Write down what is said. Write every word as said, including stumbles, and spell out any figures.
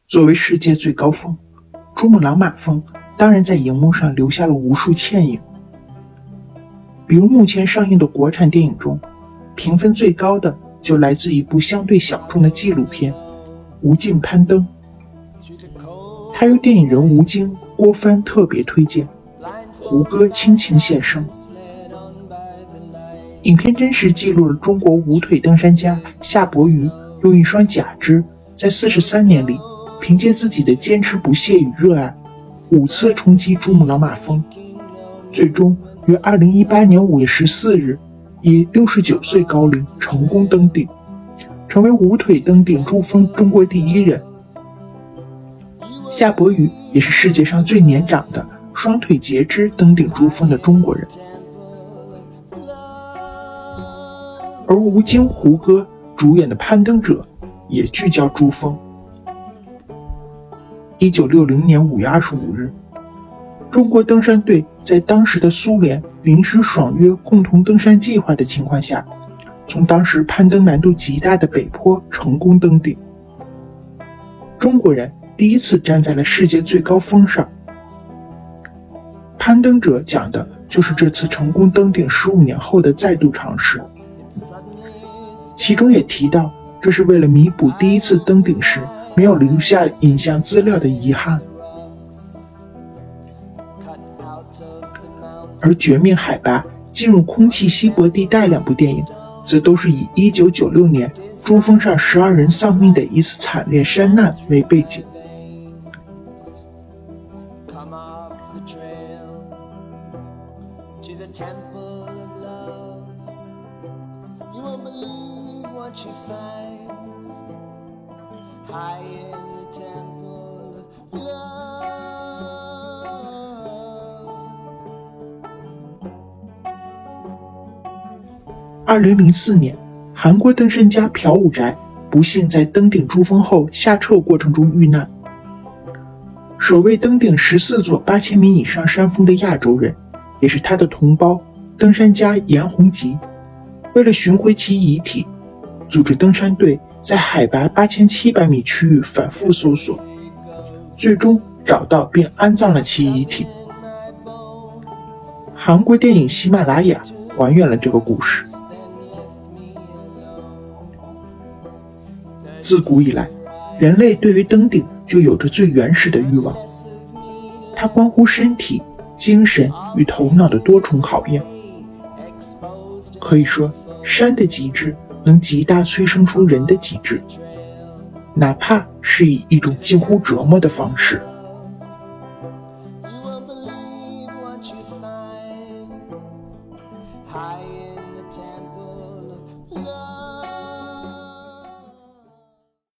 作为世界最高峰，珠穆朗玛峰当然在荧幕上留下了无数倩影。比如目前上映的国产电影中，评分最高的就来自一部相对小众的纪录片《吴京攀登》，它由电影人吴京、郭帆特别推荐，胡歌倾情献声。影片真实记录了中国无腿登山家夏伯渝用一双假肢，在四十三年里，凭借自己的坚持不懈与热爱，五次冲击珠穆朗玛峰，最终于二零一八年五月十四日以六十九岁高龄成功登顶，成为无腿登顶珠峰中国第一人。夏伯渝也是世界上最年长的双腿截肢登顶珠峰的中国人。而吴京、胡歌主演的《攀登者》也聚焦珠峰。一九六零年五月二十五日，中国登山队在当时的苏联临时爽约共同登山计划的情况下，从当时攀登难度极大的北坡成功登顶。中国人第一次站在了世界最高峰上。攀登者讲的就是这次成功登顶十五年后的再度尝试。其中也提到，这是为了弥补第一次登顶时没有留下影像资料的遗憾。而《绝命海拔》进入空气稀薄地带两部电影，则都是以一九九六年珠峰上十二人丧命的一次惨烈山难为背景。二零零四年，韩国登山家朴武宅不幸在登顶珠峰后下撤过程中遇难。首位登顶十四座八千米以上山峰的亚洲人，也是他的同胞登山家严宏吉，为了寻回其遗体，组织登山队在海拔八千七百米区域反复搜索，最终找到并安葬了其遗体。韩国电影《喜马拉雅》还原了这个故事。自古以来，人类对于登顶就有着最原始的欲望，它关乎身体、精神与头脑的多重考验。可以说，山的极致能极大催生出人的极致，哪怕是以一种近乎折磨的方式。 high